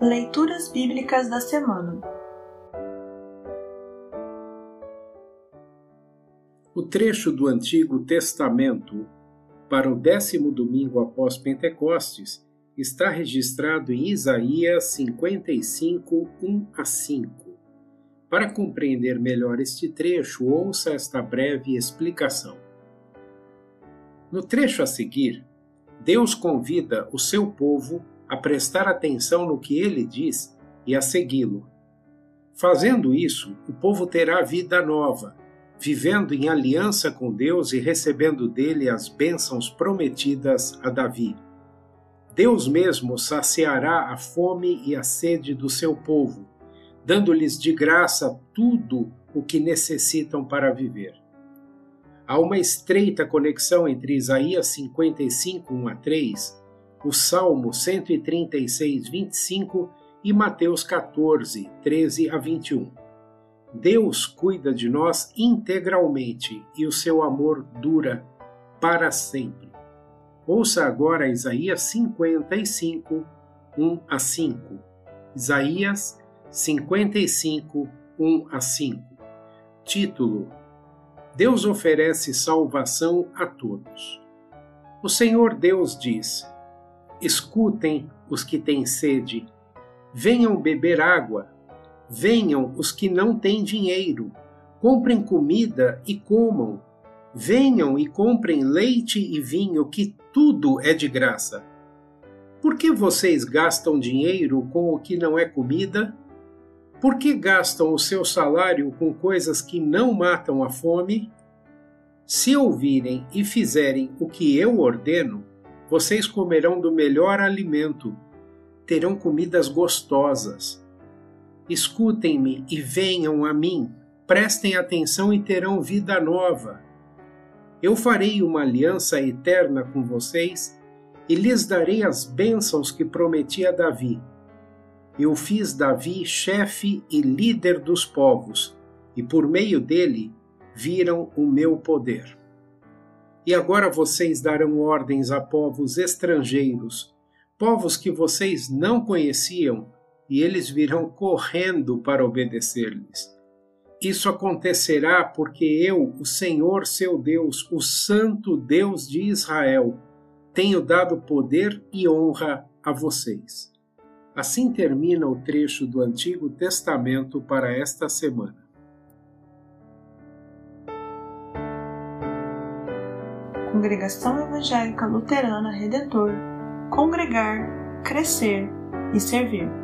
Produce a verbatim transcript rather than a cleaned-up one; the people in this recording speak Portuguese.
Leituras Bíblicas da Semana. O trecho do Antigo Testamento para o décimo domingo após Pentecostes está registrado em Isaías cinquenta e cinco, um a cinco. Para compreender melhor este trecho, ouça esta breve explicação. No trecho a seguir, Deus convida o seu povo a prestar atenção no que ele diz e a segui-lo. Fazendo isso, o povo terá vida nova, vivendo em aliança com Deus e recebendo dele as bênçãos prometidas a Davi. Deus mesmo saciará a fome e a sede do seu povo, dando-lhes de graça tudo o que necessitam para viver. Há uma estreita conexão entre Isaías cinquenta e cinco, um a três, o Salmo cento e trinta e seis, vinte e cinco e Mateus quatorze, treze a vinte e um. Deus cuida de nós integralmente e o seu amor dura para sempre. Ouça agora Isaías cinquenta e cinco, um a cinco. Isaías cinquenta e cinco, um a cinco. Título: Deus oferece salvação a todos. O Senhor Deus diz: escutem os que têm sede, venham beber água, venham os que não têm dinheiro, comprem comida e comam, venham e comprem leite e vinho, que tudo é de graça. Por que vocês gastam dinheiro com o que não é comida? Por que gastam o seu salário com coisas que não matam a fome? Se ouvirem e fizerem o que eu ordeno, vocês comerão do melhor alimento, terão comidas gostosas. Escutem-me e venham a mim, prestem atenção e terão vida nova. Eu farei uma aliança eterna com vocês e lhes darei as bênçãos que prometi a Davi. Eu fiz Davi chefe e líder dos povos, e por meio dele viram o meu poder. E agora vocês darão ordens a povos estrangeiros, povos que vocês não conheciam, e eles virão correndo para obedecer-lhes. Isso acontecerá porque eu, o Senhor seu Deus, o Santo Deus de Israel, tenho dado poder e honra a vocês. Assim termina o trecho do Antigo Testamento para esta semana. Congregação Evangélica Luterana Redentor, congregar, crescer e servir.